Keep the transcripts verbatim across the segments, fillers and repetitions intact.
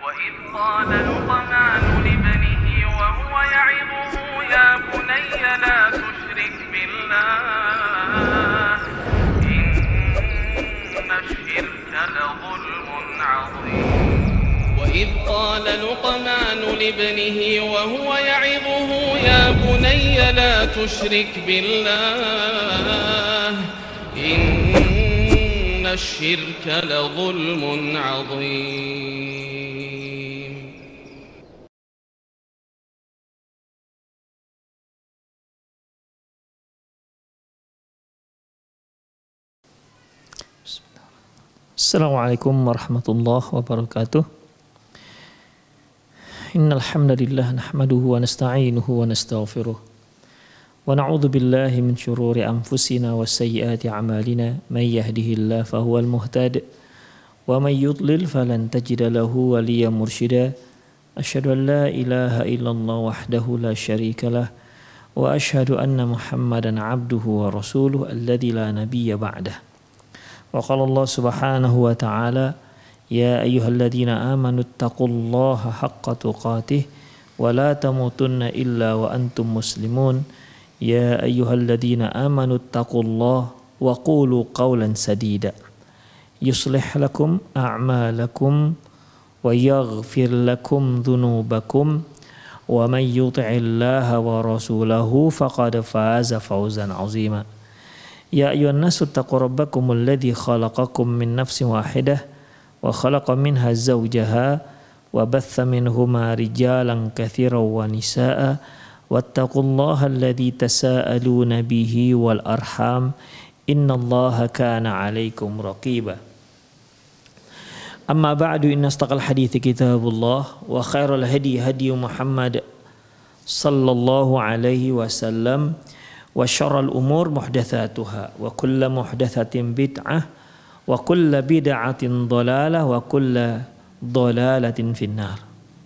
وإذ قال لقمان لابنه وهو يعظه يا بني لا تشرك بالله إن الشرك لظلم عظيم وإذ قال لقمان لابنه وهو يعظه يا بني لا تشرك بالله إن الشرك لظلم عظيم. Assalamualaikum warahmatullahi wabarakatuh. Innal hamdalillah nahmaduhu wa nasta'inuhu wa nastaghfiruh wa na'udzu billahi min shururi anfusina wa sayyiati a'malina may yahdihillahu fahuwal muhtad wa may yudlil falan tajida lahu waliyyan mursyida. Asyhadu an la ilaha illallah wahdahu la syarikalah wa asyhadu anna Muhammadan 'abduhu wa rasuluhu alladzi la nabiyya ba'dah. Wa qala Allah subhanahu wa ta'ala ya ayyuhalladzina amanu taqullaha haqqa tuqatih wa la tamutunna illa wa antum muslimun. Ya ayyuhalladzina amanu taqullaha wa qulu qawlan sadida yuslih lakum a'malakum wa yaghfir lakum dhunubakum wa man yuti'illaha wa rasulahu faqad faza fawzan 'azima. Ya ayyuhan nasu taqu rabbakumul ladzi khalaqakum min nafsin wahidah wa khalaqa minha zawjaha wa batha minhuma rijalan katsiran wa nisaa wattaqullaha alladzi tasaaluna bihi wal arham innallaha kana 'alaikum raqiba. Amma ba'du, inna astaqal hadithi kitabullah wa khairal hadi hadi Muhammad sallallahu alaihi wasallam wa syarrul umur muhdatsatuha wa kullu muhdatsatin bid'ah wa kullu bid'atin dhalalah wa kullu dhalalatin finnar.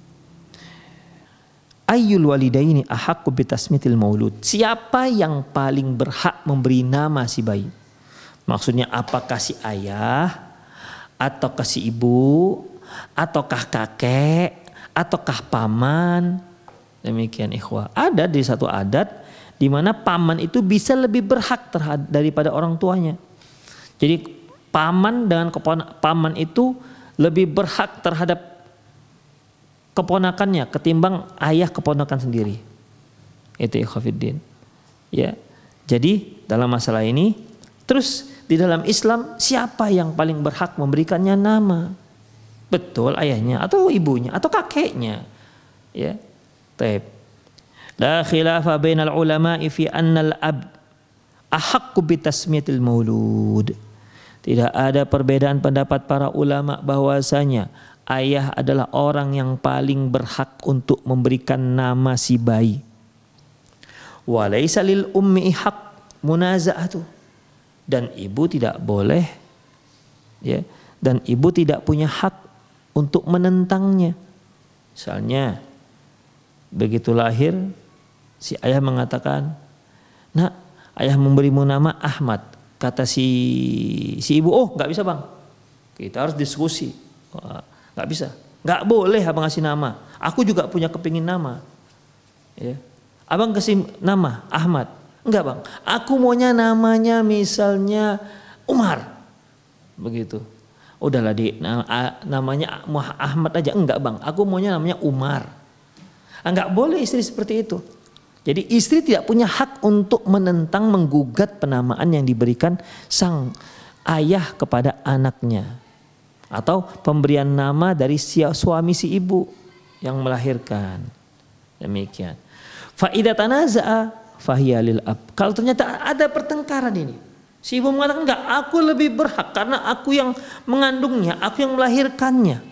Ayyul walidaini ahaqqu bitasmitil maulud? Siapa yang paling berhak memberi nama si bayi? Maksudnya apakah si ayah ataukah si ibu ataukah kakek ataukah paman? Demikian ikhwah. Ada di satu adat di mana paman itu bisa lebih berhak terhadap daripada orang tuanya. Jadi paman dengan keponak, paman itu lebih berhak terhadap keponakannya ketimbang ayah keponakan sendiri. Itu ikhwafiddin. Ya. Jadi dalam masalah ini, terus di dalam Islam siapa yang paling berhak memberikannya nama? Betul ayahnya atau ibunya atau kakeknya. Ya. Taib. La khilafa bainal ulama'i fi annal abd ahaqqu bitasmiyatil maulud. Tidak ada perbedaan pendapat para ulama bahwasanya ayah adalah orang yang paling berhak untuk memberikan nama si bayi. Wa laisa lil ummi haq munaza'atu. Dan ibu tidak boleh ya, dan ibu tidak punya hak untuk menentangnya. Misalnya begitu lahir si ayah mengatakan, "Nak, ayah memberimu nama Ahmad." Kata si si ibu, "Oh, nggak bisa bang. Kita harus diskusi. Wah, nggak bisa, nggak boleh abang kasih nama. Aku juga punya kepingin nama. Ya, abang kasih nama Ahmad. Enggak bang. Aku maunya namanya misalnya Umar." Begitu. Udahlah di namanya Ahmad aja. Enggak bang. Aku maunya namanya Umar. Enggak boleh istri seperti itu. Jadi istri tidak punya hak untuk menentang, menggugat penamaan yang diberikan sang ayah kepada anaknya. Atau pemberian nama dari si suami si ibu yang melahirkan. Demikian. Fa idza tanaza'a fahiya lil ab. Kalau ternyata ada pertengkaran ini, si ibu mengatakan enggak, aku lebih berhak karena aku yang mengandungnya, aku yang melahirkannya.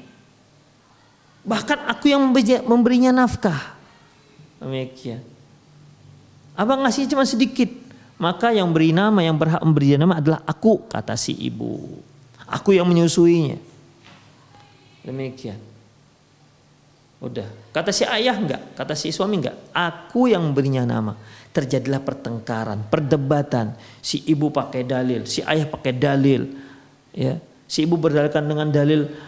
Bahkan aku yang memberinya nafkah. Demikian. Abang ngasih cuma sedikit, maka yang beri nama, yang berhak memberi nama adalah aku, kata si ibu. Aku yang menyusuinya. Demikian. Udah. Kata si ayah enggak, kata si suami enggak. Aku yang memberinya nama. Terjadilah pertengkaran, perdebatan. Si ibu pakai dalil, si ayah pakai dalil. Ya, si ibu berdalilkan dengan dalil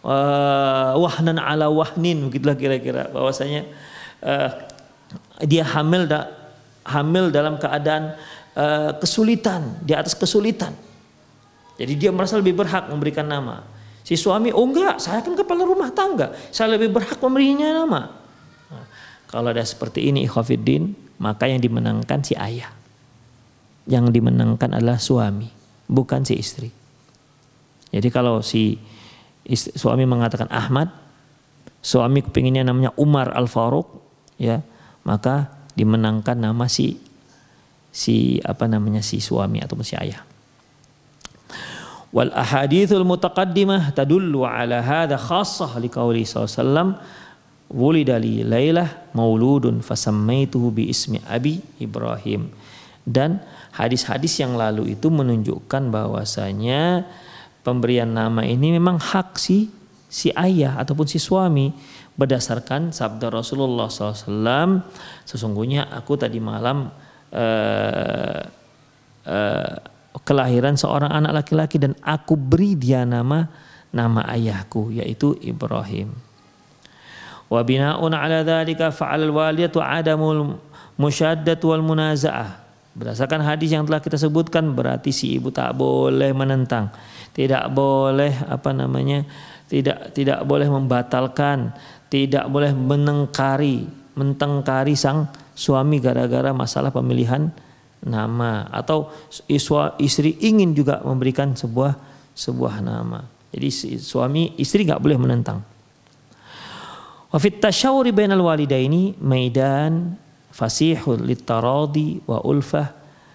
uh, wahnan ala wahnin, begitulah kira-kira, bahwasanya uh, dia hamil da, hamil dalam keadaan uh, kesulitan, di atas kesulitan. Jadi dia merasa lebih berhak memberikan nama. Si suami, oh enggak, saya kan kepala rumah tangga, saya lebih berhak memberinya nama. Nah, kalau ada seperti ini ikhwafiddin, maka yang dimenangkan si ayah. Yang dimenangkan adalah suami, bukan si istri. Jadi kalau si istri, suami mengatakan Ahmad, suami kepinginnya namanya Umar Al-Faruq, ya, maka dimenangkan nama si si apa namanya si suami ataupun si ayah. Wal ahadithul mutaqaddimah tadullu ala hadha khassah liqauli sallallahu alaihi wasallam wulida li lailah mauludun fasammaituhu bi ismi abi Ibrahim. Dan hadis-hadis yang lalu itu menunjukkan bahwasanya pemberian nama ini memang hak si si ayah ataupun si suami berdasarkan sabda Rasulullah sallallahu alaihi wasallam, sesungguhnya aku tadi malam uh, uh, kelahiran seorang anak laki-laki dan aku beri dia nama nama ayahku yaitu Ibrahim. Wa bina'un 'ala dzalika fa'al waliyatu 'adamul musyaddat wal munaza'ah. Berdasarkan hadis yang telah kita sebutkan berarti si ibu tak boleh menentang, tidak boleh apa namanya, tidak tidak boleh membatalkan, tidak boleh menengkari, mentengkari sang suami gara-gara masalah pemilihan nama, atau istri ingin juga memberikan sebuah sebuah nama. Jadi suami istri nggak boleh menentang. Wa fit tasyawuri bainal walidaini maidan fasihul litaradi wa ulfah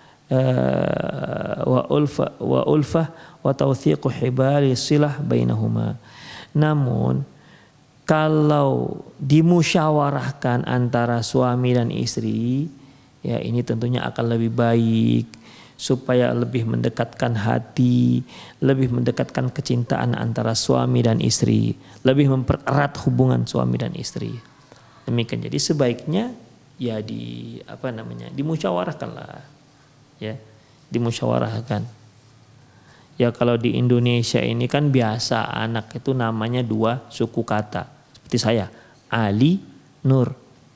uh, wa ulfah wa ulfah wa tawthiqu hibali silah bainahuma. Namun kalau dimusyawarahkan antara suami dan istri, ya ini tentunya akan lebih baik supaya lebih mendekatkan hati, lebih mendekatkan kecintaan antara suami dan istri, lebih mempererat hubungan suami dan istri. Demikian, jadi sebaiknya ya di apa namanya dimusyawarahkanlah, ya dimusyawarahkan. Ya kalau di Indonesia ini kan biasa anak itu namanya dua suku kata, seperti saya Ali Nur,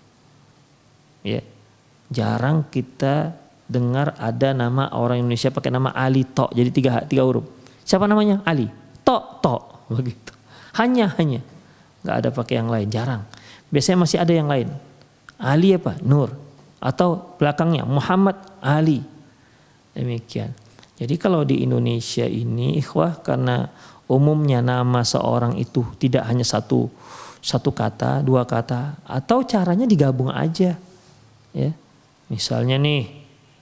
ya. Jarang kita dengar ada nama orang Indonesia pakai nama Ali Tok, jadi tiga tiga huruf. Siapa namanya? Ali Tok Tok, begitu. Hanya hanya, nggak ada pakai yang lain, jarang. Biasanya masih ada yang lain. Ali apa? Nur, atau belakangnya Muhammad Ali. Demikian. Jadi kalau di Indonesia ini, ikhwah, karena umumnya nama seorang itu tidak hanya satu satu kata, dua kata, atau caranya digabung aja, ya. Misalnya nih,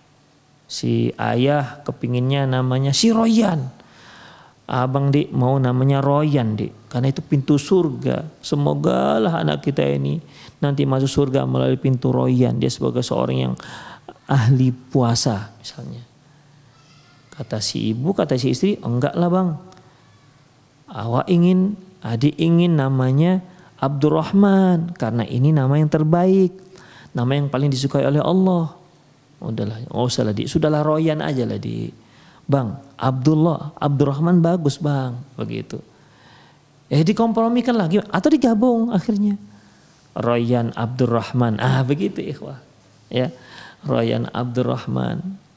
si ayah kepinginnya namanya si Royan. Abang Dik mau namanya Royan Dik, karena itu pintu surga. Semogalah anak kita ini nanti masuk surga melalui pintu Royan. Dia sebagai seorang yang ahli puasa misalnya. Kata si ibu, kata si istri, enggak lah bang. Awak ingin, adik ingin namanya Abdurrahman, karena ini nama yang terbaik. Nama yang paling disukai oleh Allah. Udahlah, oh salah di, sudahlah Royan aja lah di, bang Abdullah, Abdurrahman bagus bang, begitu. Eh dikompromikan lagi atau digabung akhirnya Royan Abdurrahman, ah begitu ikhwah, ya Royan Abdurrahman.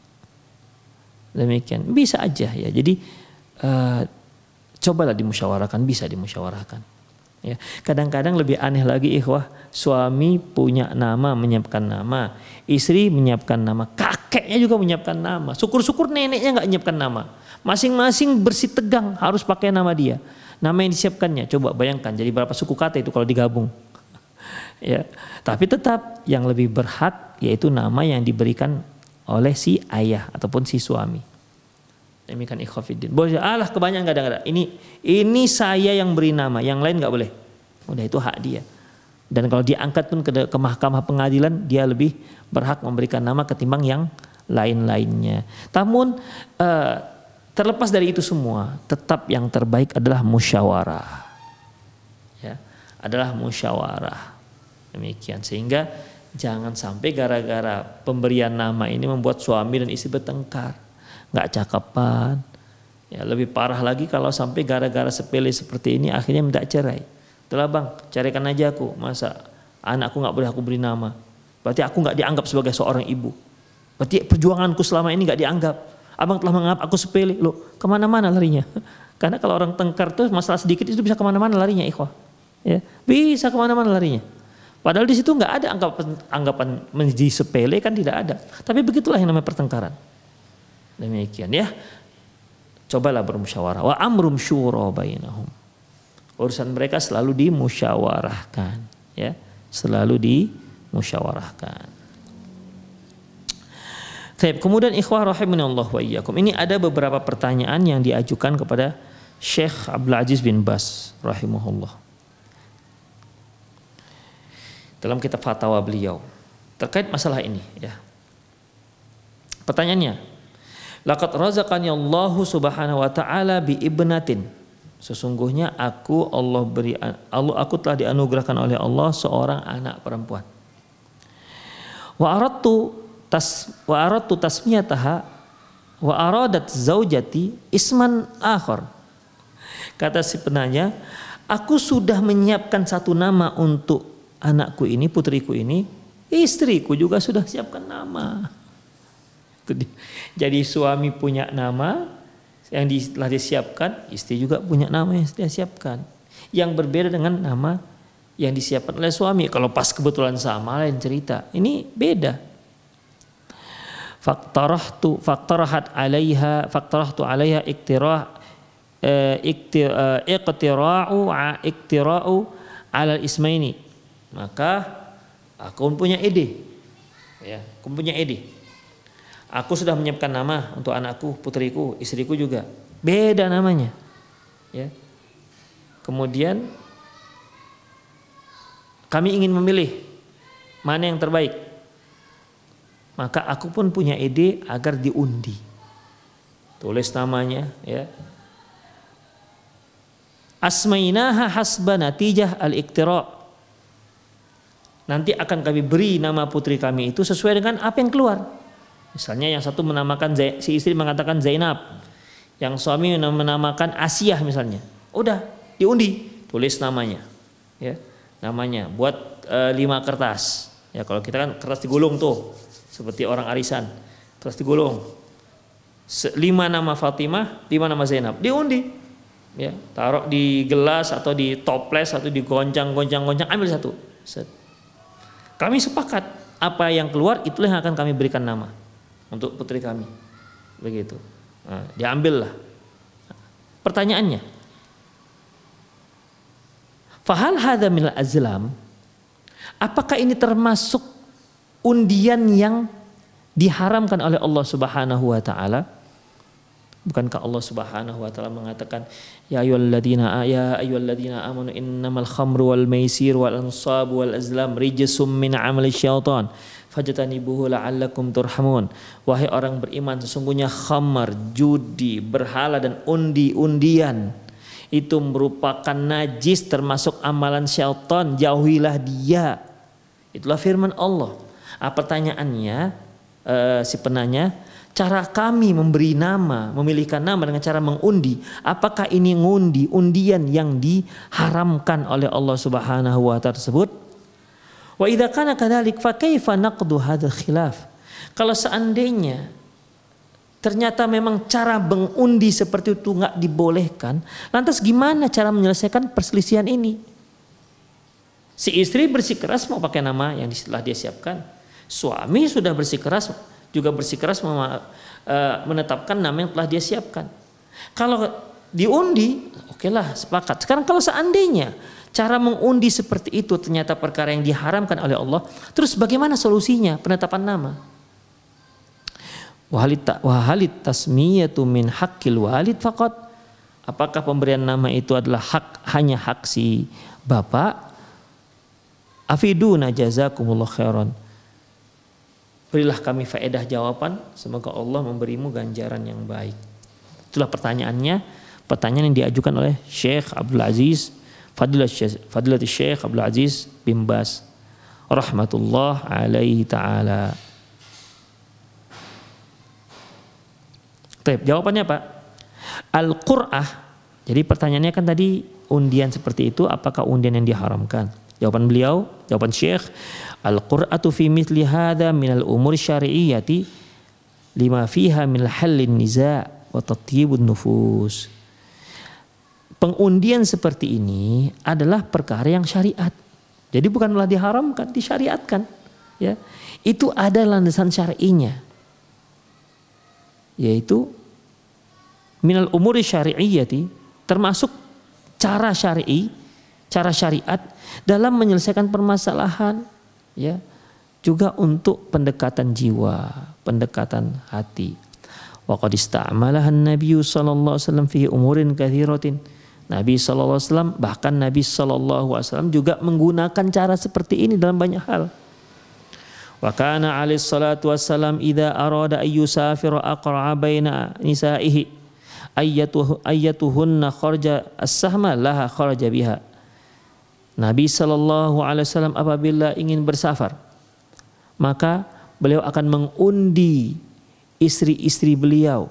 Demikian bisa aja ya. Jadi uh, cobalah dimusyawarahkan, bisa dimusyawarahkan. Ya, kadang-kadang lebih aneh lagi ikhwah, suami punya nama, menyiapkan nama, istri menyiapkan nama, kakeknya juga menyiapkan nama, syukur-syukur neneknya nggak menyiapkan nama, masing-masing bersih tegang harus pakai nama dia, nama yang disiapkannya. Coba bayangkan jadi berapa suku kata itu kalau digabung. Ya, tapi tetap yang lebih berhak yaitu nama yang diberikan oleh si ayah ataupun si suami. Demikian ikhwafiddin. Boleh, alah kebanyakan kadang-kadang. Ini ini saya yang beri nama, yang lain nggak boleh. Udah itu hak dia. Dan kalau diangkat pun ke, ke mahkamah pengadilan, dia lebih berhak memberikan nama ketimbang yang lain-lainnya. Namun uh, terlepas dari itu semua, tetap yang terbaik adalah musyawarah. Ya, adalah musyawarah. Demikian, sehingga jangan sampai gara-gara pemberian nama ini membuat suami dan istri bertengkar. Nggak cakapan, Ya, lebih parah lagi kalau sampai gara-gara sepele seperti ini akhirnya minta cerai. Itulah bang, ceraikan aja aku. Masa anakku nggak boleh aku beri nama? Berarti aku nggak dianggap sebagai seorang ibu. Berarti perjuanganku selama ini nggak dianggap. Abang telah menganggap aku sepele. Loh, kemana-mana larinya? Karena kalau orang tengkar tuh masalah sedikit itu bisa kemana-mana larinya, ikhwah. Ya, bisa kemana-mana larinya. Padahal di situ nggak ada anggapan anggapan menjadi sepele, kan tidak ada. Tapi begitulah yang namanya pertengkaran. Demikian ya. Cobalah bermusyawarah. Wa amrum syura bainahum. Urusan mereka selalu dimusyawarahkan, ya, selalu dimusyawarahkan. Baik, kemudian ikhwah rahimanallah wa iyyakum. Ini ada beberapa pertanyaan yang diajukan kepada Syekh Abdul Aziz bin Baz rahimahullah. Dalam kitab fatwa beliau terkait masalah ini, ya. Pertanyaannya, laqad razaqani Allahu subhanahu wa ta'ala bi ibnatin. Sesungguhnya aku Allah beri Allah aku telah dianugerahkan oleh Allah seorang anak perempuan. Wa aradtu tas wa aradtu tasmiyataha wa aradat zaujati isman akhar. Kata si penanya, aku sudah menyiapkan satu nama untuk anakku ini, putriku ini, istriku juga sudah siapkan nama. Jadi suami punya nama yang telah disiapkan, istri juga punya nama yang dia siapkan. Yang berbeda dengan nama yang disiapkan oleh suami. Kalau pas kebetulan sama lain cerita. Ini beda. Faktarahtu faktarahat alaiha faktarahtu alaiha iktirah iktira'u iktira'u alal ismaini. Maka aku punya ide. Ya, aku punya ide. Aku sudah menyiapkan nama untuk anakku, putriku, istriku juga. Beda namanya. Ya. Kemudian kami ingin memilih mana yang terbaik. Maka aku pun punya ide agar diundi. Tulis namanya, ya. Asmainaha hasba natijah al-iktira'. Nanti akan kami beri nama putri kami itu sesuai dengan apa yang keluar. Misalnya yang satu menamakan, si istri mengatakan Zainab, yang suami menamakan Asiyah misalnya. Udah diundi, tulis namanya, ya, namanya. Buat e, lima kertas. Ya, kalau kita kan kertas digulung tuh, seperti orang arisan, kertas digulung. Lima nama Fatimah, lima nama Zainab, diundi. Ya, taruh di gelas atau di toples atau di goncang-goncang-goncang, ambil satu. Set. Kami sepakat apa yang keluar itulah yang akan kami berikan nama untuk putri kami, begitu. Nah, diambillah. Pertanyaannya, fahal hadza minal azlam? Apakah ini termasuk undian yang diharamkan oleh Allah Subhanahu wa taala? Bukankah Allah Subhanahu wa taala mengatakan, ya ayyuhalladzina ya ayyuhalladzina amanu innamal khamru wal maisir wal ansab wal azlam rijsum min amali syaitan fajtanibuhu la'allakum turhamun. Wahai orang beriman, sesungguhnya khamar, judi, berhala dan undi-undian itu merupakan najis, termasuk amalan syaitan, jauhilah dia. Itulah firman Allah. Ah, pertanyaannya eh, si penanya, cara kami memberi nama, memilihkan nama dengan cara mengundi, apakah ini ngundi undian yang diharamkan oleh Allah Subhanahu wa taala tersebut? Wa idza kana kadzalik fa kaifa naqdu hadzal khilaf? Kalau seandainya ternyata memang cara mengundi seperti itu enggak dibolehkan, lantas gimana cara menyelesaikan perselisihan ini? Si istri bersikeras mau pakai nama yang telah dia siapkan. Suami sudah bersikeras juga bersikeras menetapkan nama yang telah dia siapkan. Kalau diundi, oke lah, sepakat. Sekarang kalau seandainya cara mengundi seperti itu ternyata perkara yang diharamkan oleh Allah, terus bagaimana solusinya penetapan nama? Wahalit tasmiyatu min haqqil walid faqat. Apakah pemberian nama itu adalah hak hanya hak si bapak? Afiduna jazakumullah khairan. Berilah kami faedah jawaban, semoga Allah memberimu ganjaran yang baik. Itulah pertanyaannya, pertanyaan yang diajukan oleh Syekh Abdul Aziz Fadilat Syekh Abdul Aziz bin Baz rahmatullah alaihi taala. Baik, jawabannya Pak. Al-qur'ah. Jadi pertanyaannya kan tadi undian seperti itu apakah undian yang diharamkan? Jawaban beliau, jawaban Syekh, al-qur'atu fi mithli hadza minal umur syar'iyyati lima fiha min halin niza' wa tatyibun nufus. Pengundian seperti ini adalah perkara yang syariat. Jadi bukanlah diharamkan, disyariatkan. Ya, itu ada landasan syar'inya, yaitu minal umuri syari'iyyati, termasuk cara syar'i, cara syariat dalam menyelesaikan permasalahan, ya, juga untuk pendekatan jiwa, pendekatan hati. Wa qad ista'malaha an-nabiy sallallahu alaihi wasallam fi umurin katsiratin. Nabi sallallahu alaihi wasallam, bahkan Nabi sallallahu alaihi wasallam juga menggunakan cara seperti ini dalam banyak hal. Wa kana alaihi salatu wassalam idza arada ay yusafira aqra'a baina nisaihi ayyatuhu ayyatuhunna kharaja as-sahma laha kharaja biha. Nabi sallallahu alaihi wasallam apabila ingin bersafar, maka beliau akan mengundi istri-istri beliau.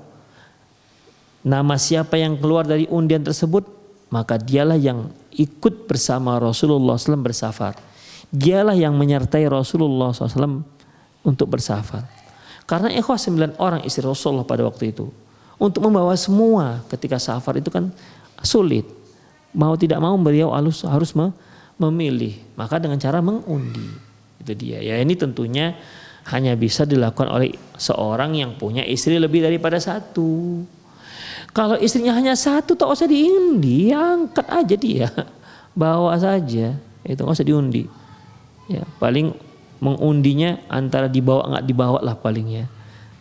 Nama siapa yang keluar dari undian tersebut, maka dialah yang ikut bersama Rasulullah shallallahu alaihi wasallam bersafar. Dialah yang menyertai Rasulullah shallallahu alaihi wasallam untuk bersafar. Karena ikhwah sembilan orang istri Rasulullah pada waktu itu. Untuk membawa semua ketika safar itu kan sulit. Mau tidak mau beliau harus, harus memilih. Maka dengan cara mengundi. Itu dia. Ya, ini tentunya hanya bisa dilakukan oleh seorang yang punya istri lebih daripada satu. Kalau istrinya hanya satu, tak usah diundi, angkat aja dia, bawa saja, itu nggak usah diundi. Ya, paling mengundinya antara dibawa nggak dibawa lah paling ya.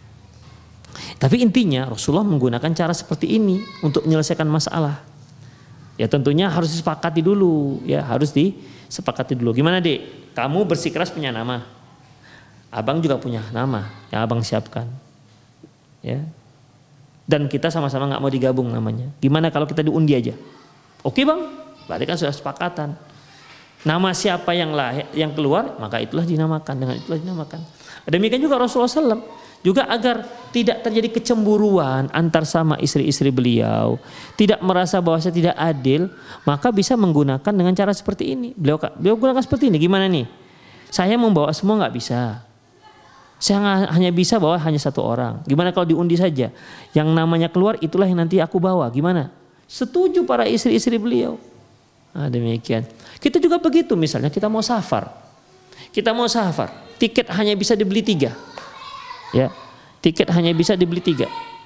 Tapi intinya Rasulullah menggunakan cara seperti ini untuk menyelesaikan masalah. Ya tentunya harus disepakati dulu, ya harus disepakati dulu. Gimana dek? Kamu bersikeras punya nama, abang juga punya nama yang abang siapkan, ya. Dan kita sama-sama nggak mau digabung namanya. Gimana kalau kita diundi aja? Oke bang, berarti kan sudah sepakatan. Nama siapa yang lahir, yang keluar, maka itulah dinamakan, dengan itulah dinamakan. Demikian juga Rasulullah shallallahu alaihi wasallam juga agar tidak terjadi kecemburuan antar sama istri-istri beliau, tidak merasa bahwa saya tidak adil, maka bisa menggunakan dengan cara seperti ini. Beliau beliau gunakan seperti ini. Gimana nih? Saya membawa semua nggak bisa. Saya hanya bisa bawa hanya satu orang. Gimana kalau diundi saja? Yang namanya keluar itulah yang nanti aku bawa. Gimana? Setuju para istri-istri beliau. Nah, demikian. Kita juga begitu, misalnya kita mau safar. Kita mau safar. Tiket hanya bisa dibeli tiga. Ya, tiket hanya bisa dibeli tiga.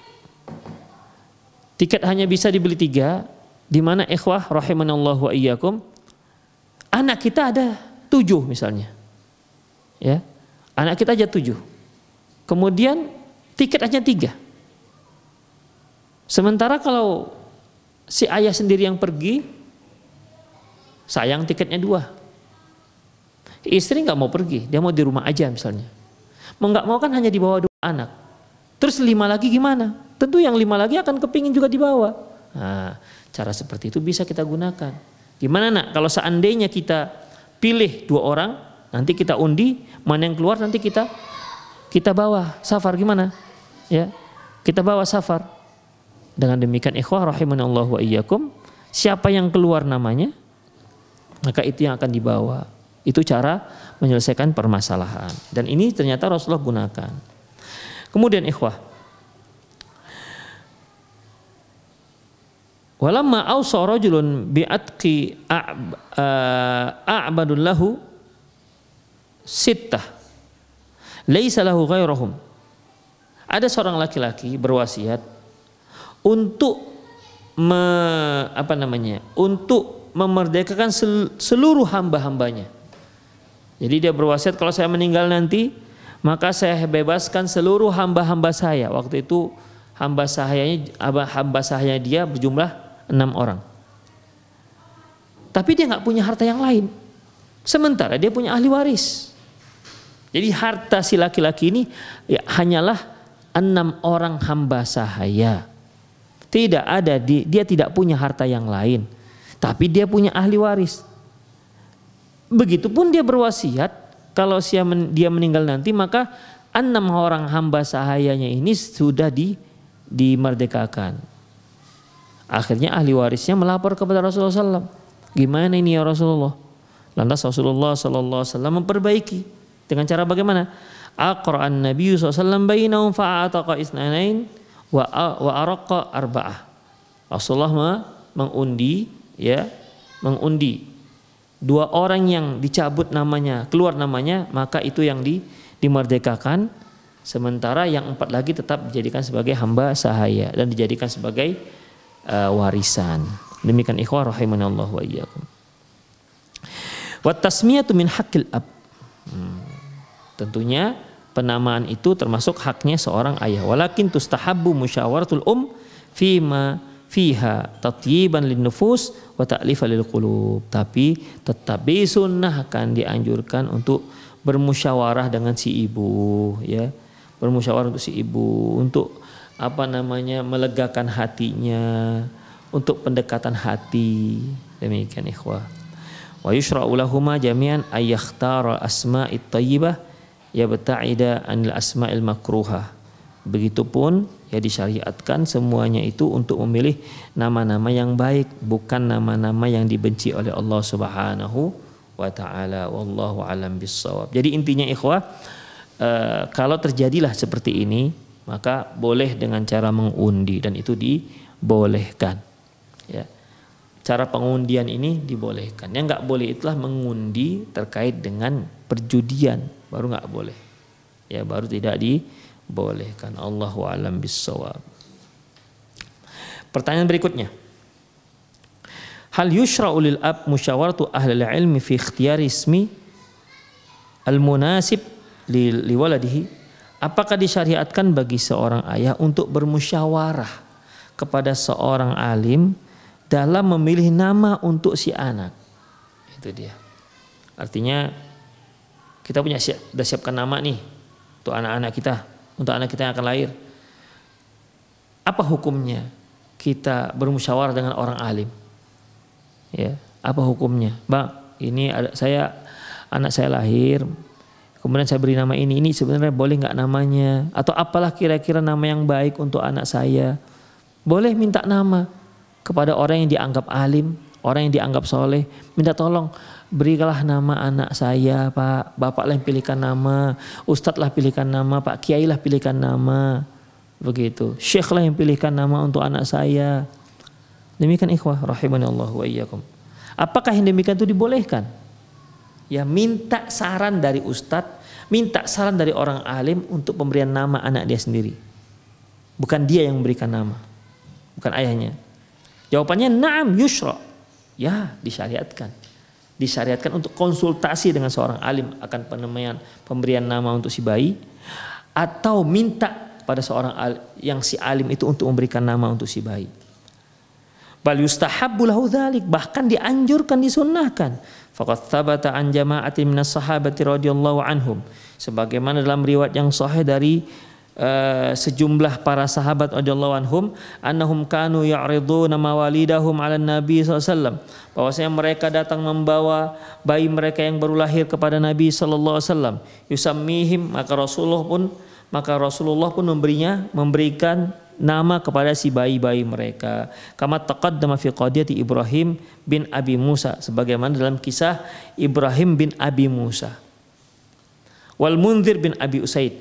Tiket hanya bisa dibeli tiga. Di mana ikhwah rahimanallahu wa iyyakum, anak kita ada tujuh misalnya. Ya. Anak kita aja tujuh. Kemudian tiket hanya tiga. Sementara kalau si ayah sendiri yang pergi, sayang tiketnya dua. Istri nggak mau pergi, dia mau di rumah aja misalnya. Mau nggak mau kan hanya dibawa dua anak. Terus lima lagi gimana? Tentu yang lima lagi akan kepingin juga dibawa. Nah, cara seperti itu bisa kita gunakan. Gimana nak? Kalau seandainya kita pilih dua orang, nanti kita undi, mana yang keluar nanti kita kita bawa safar, gimana? Ya, kita bawa safar. Dengan demikian ikhwah rahimanallahu wa iyyakum, siapa yang keluar namanya, maka itu yang akan dibawa. Itu cara menyelesaikan permasalahan. Dan ini ternyata Rasulullah gunakan. Kemudian ikhwah, walamma awsa rajulun bi'atqi a'badun lahu sittah laisa lahu ghairahum. Ada seorang laki-laki berwasiat untuk me, apa namanya? Untuk memerdekakan seluruh hamba-hambanya. Jadi dia berwasiat, kalau saya meninggal nanti, maka saya bebaskan seluruh hamba-hamba saya. Waktu itu hamba sahayanya hamba sahaya dia berjumlah enam orang. Tapi dia nggak punya harta yang lain. Sementara dia punya ahli waris. Jadi harta si laki-laki ini ya, hanyalah enam orang hamba sahaya. Tidak ada, dia tidak punya harta yang lain. Tapi dia punya ahli waris. Begitupun dia berwasiat, kalau dia meninggal nanti, maka enam orang hamba sahayanya ini sudah di, dimerdekakan. Akhirnya ahli warisnya melapor kepada Rasulullah shallallahu alaihi wasallam. Gimana ini ya Rasulullah? Lantas Rasulullah shallallahu alaihi wasallam memperbaiki dengan cara bagaimana? Aqra'an Nabi shallallahu alaihi wasallam bainahum fa'ataqa isnanain wa wa araqa arba'ah. Rasulullah mengundi ya, mengundi dua orang yang dicabut namanya, keluar namanya, maka itu yang di, dimerdekakan, sementara yang empat lagi tetap dijadikan sebagai hamba sahaya dan dijadikan sebagai uh, warisan. Demikian ikhwah rahimanallah wa iyyakum. Wa tasmiyatu min haqqil ab. Hmm. Tentunya penamaan itu termasuk haknya seorang ayah. Walakin tustahabbu musyawaratul um fima fiha tatyiban lin nufus wa ta'lifan lil qulub. Tapi tetap disunnahkan, dianjurkan untuk bermusyawarah dengan si ibu, ya. Bermusyawarah untuk si ibu, untuk apa namanya, melegakan hatinya, untuk pendekatan hati. Demikian ikhwah. Wa yushra'u lahuma jami'an ay yakhtara asma'it thayyibah yabta'ida anil asma'il makruhah. Begitupun ya disyariatkan semuanya itu untuk memilih nama-nama yang baik, bukan nama-nama yang dibenci oleh Allah Subhanahu wa taala. Wallahu alam bissawab. Jadi intinya ikhwah, uh, kalau terjadilah seperti ini, maka boleh dengan cara mengundi, dan itu dibolehkan. Ya. Cara pengundian ini dibolehkan. Yang enggak boleh itulah mengundi terkait dengan perjudian, baru enggak boleh. Ya, baru tidak dibolehkan. Allahu a'lam bissawab. Pertanyaan berikutnya. Hal yushra'u lil ab musyawaratu ahli ilmi fi ikhtiyari ismi al-munasib li, li waladihi? Apakah disyariatkan bagi seorang ayah untuk bermusyawarah kepada seorang alim dalam memilih nama untuk si anak? Itu dia. Artinya kita punya siap, sudah siapkan nama nih untuk anak-anak kita, untuk anak kita yang akan lahir. Apa hukumnya kita bermusyawarah dengan orang alim? Ya, apa hukumnya? Bang, ini ada saya, anak saya lahir, kemudian saya beri nama ini. Ini sebenarnya boleh nggak namanya? Atau apalah kira-kira nama yang baik untuk anak saya? Boleh minta nama kepada orang yang dianggap alim, orang yang dianggap soleh. Minta tolong, berilah nama anak saya, Pak. Bapak lah yang pilihkan nama, Ustadz lah pilihkan nama, Pak Kiai lah pilihkan nama. Begitu. Syekh lah yang pilihkan nama untuk anak saya. Demikian ikhwah rahimanallah wa iyyakum. Apakah yang demikian itu dibolehkan? Ya, minta saran dari ustadz, minta saran dari orang alim untuk pemberian nama anak dia sendiri. Bukan dia yang memberikan nama, bukan ayahnya. Jawabannya na'am yushra. Ya, disyariatkan. Disyariatkan untuk konsultasi dengan seorang alim akan penamaian, pemberian nama untuk si bayi, atau minta pada seorang alim, yang si alim itu untuk memberikan nama untuk si bayi. Bal yustahabbu lahu dzalik, bahkan dianjurkan, disunnahkan. Faqad thabata an jama'atin minas sahabati radhiyallahu anhum, sebagaimana dalam riwayat yang sahih dari uh, sejumlah para sahabat radhiyallahu anhum, annahum kanu ya'riduna mawalidahum 'ala nabi sallallahu alaihi wasallam, bahwasanya mereka datang membawa bayi mereka yang baru lahir kepada Nabi sallallahu alaihi wasallam. Yusammihim, maka Rasulullah pun maka Rasulullah pun memberinya memberikan nama kepada si bayi-bayi mereka. Kama taqaddama fi qadiyati Ibrahim bin Abi Musa, sebagaimana dalam kisah Ibrahim bin Abi Musa. Wal Munzir bin Abi Usaid,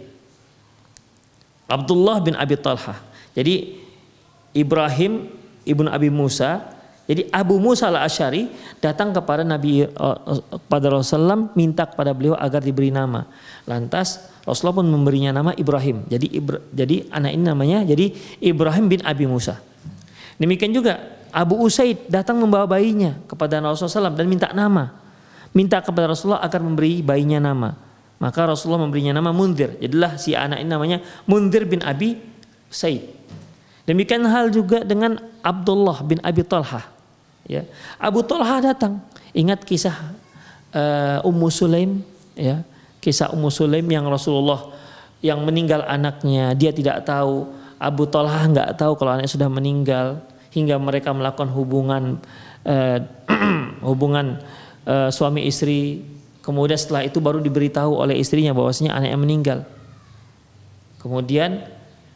Abdullah bin Abi Talha. Jadi Ibrahim ibnu Abi Musa, jadi Abu Musa al-Asy'ari datang kepada Nabi kepada Rasulullah, minta kepada beliau agar diberi nama. Lantas Rasulullah pun memberinya nama Ibrahim. Jadi Ibra, jadi anak ini namanya jadi Ibrahim bin Abi Musa. Demikian juga Abu Usaid datang membawa bayinya kepada Rasulullah shallallahu alaihi wasallam dan minta nama, minta kepada Rasulullah agar memberi bayinya nama. Maka Rasulullah memberinya nama Munzir. Jadilah si anak ini namanya Munzir bin Abi Usaid. Demikian hal juga dengan Abdullah bin Abi Talha. Ya, Abu Talha datang. Ingat kisah uh, Ummu Sulaim, ya. Kisah Ummu Sulaim yang Rasulullah yang meninggal anaknya, dia tidak tahu, Abu Talha enggak tahu kalau anaknya sudah meninggal, hingga mereka melakukan hubungan eh, hubungan eh, suami istri. Kemudian setelah itu baru diberitahu oleh istrinya bahwasanya anaknya meninggal. Kemudian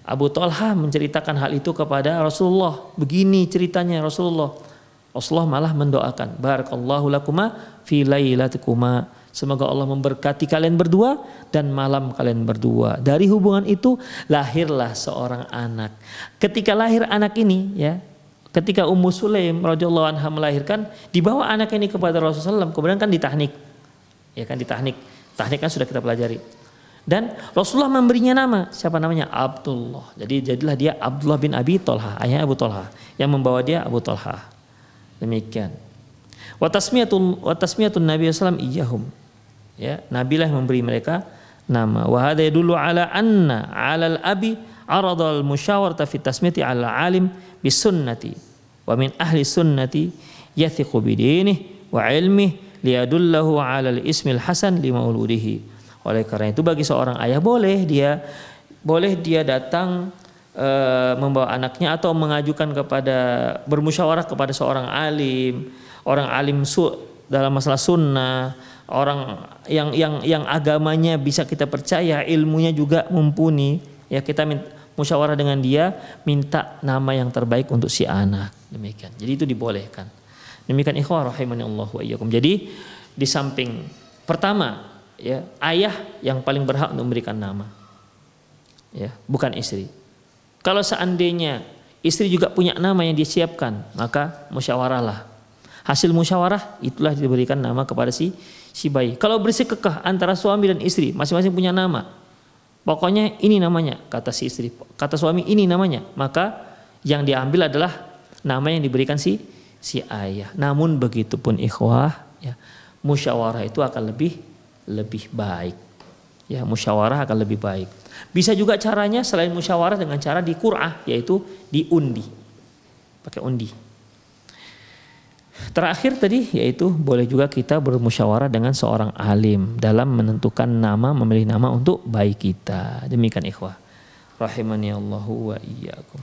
Abu Thalha menceritakan hal itu kepada Rasulullah. Begini ceritanya Rasulullah. Rasulullah malah mendoakan, barakallahu lakuma fi lailatikuma. Semoga Allah memberkati kalian berdua dan malam kalian berdua. Dari hubungan itu lahirlah seorang anak. Ketika lahir anak ini, ya, ketika Ummu Sulaim radhiyallahu anha melahirkan, dibawa anak ini kepada Rasulullah shallallahu alaihi wasallam. Kemudian kan ditahnik, ya kan ditahnik. Tahnik kan sudah kita pelajari. Dan Rasulullah memberinya nama, siapa namanya? Abdullah. Jadi jadilah dia Abdullah bin Abi Thalha, ayah Abu Thalha, yang membawa dia Abu Thalha. Demikian. Wa tasmiyatul wa tasmiyatun Nabi sallallahu alaihi wasallam iyyahum. Ya, Nabilah yang memberi mereka nama. Wa hadza yadullu ala anna 'alal abi aradal musyawarata fi tasmiyati 'ala alim bis sunnati wa min ahli sunnati yathiqu bi dinihi wa ilmihi liyadullahu 'ala al-ismil hasan li mauludihi. Oleh karena itu bagi seorang ayah boleh dia boleh dia datang e, membawa anaknya atau mengajukan kepada bermusyawarah kepada seorang alim, orang alim su, dalam masalah sunnah, orang yang yang yang agamanya bisa kita percaya, ilmunya juga mumpuni, ya kita minta, musyawarah dengan dia, minta nama yang terbaik untuk si anak. Demikian. Jadi itu dibolehkan. Demikian ikhwah rahimani Allah wa iyyakum. Jadi di samping pertama, ya, ayah yang paling berhak untuk memberikan nama, ya, bukan istri. Kalau seandainya istri juga punya nama yang disiapkan, maka musyawarahlah. Hasil musyawarah itulah diberikan nama kepada si si bayi. Kalau bersekekah antara suami dan istri, masing-masing punya nama, pokoknya ini namanya, kata si istri, kata suami ini namanya, maka yang diambil adalah nama yang diberikan si si ayah. Namun begitupun ikhwah, ya, musyawarah itu akan lebih lebih baik, ya, musyawarah akan lebih baik. Bisa juga caranya selain musyawarah dengan cara di qur'ah, yaitu diundi, pakai undi. Terakhir tadi yaitu boleh juga kita bermusyawarah dengan seorang alim dalam menentukan nama, memilih nama untuk bayi kita. Demikian ikhwah rahimani Allahu wa iyyakum.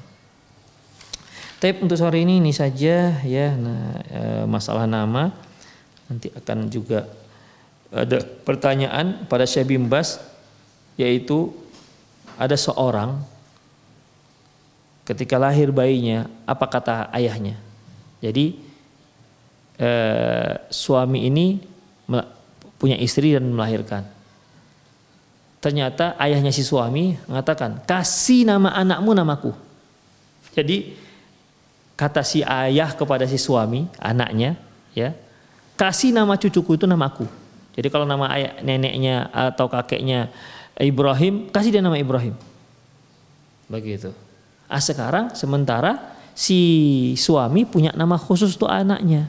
Tapi untuk sore ini ini saja, ya, nah, e, masalah nama. Nanti akan juga ada pertanyaan pada Syekh bin Baz, yaitu ada seorang ketika lahir bayinya, apa kata ayahnya. Jadi eh, suami ini punya istri dan melahirkan. Ternyata ayahnya si suami mengatakan, kasih nama anakmu namaku. Jadi kata si ayah kepada si suami, anaknya, ya, kasih nama cucuku itu namaku. Jadi kalau nama ayah, neneknya atau kakeknya Ibrahim, kasih dia nama Ibrahim. Begitu. Ah, sekarang sementara si suami punya nama khusus untuk anaknya.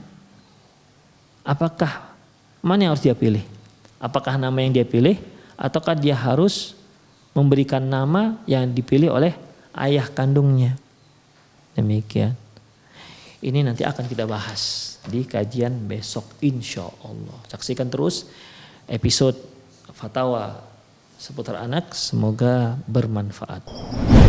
Apakah mana yang harus dia pilih? Apakah nama yang dia pilih ataukah dia harus memberikan nama yang dipilih oleh ayah kandungnya? Demikian. Ini nanti akan kita bahas di kajian besok insya Allah. Saksikan terus episode Fatawa seputar anak, semoga bermanfaat.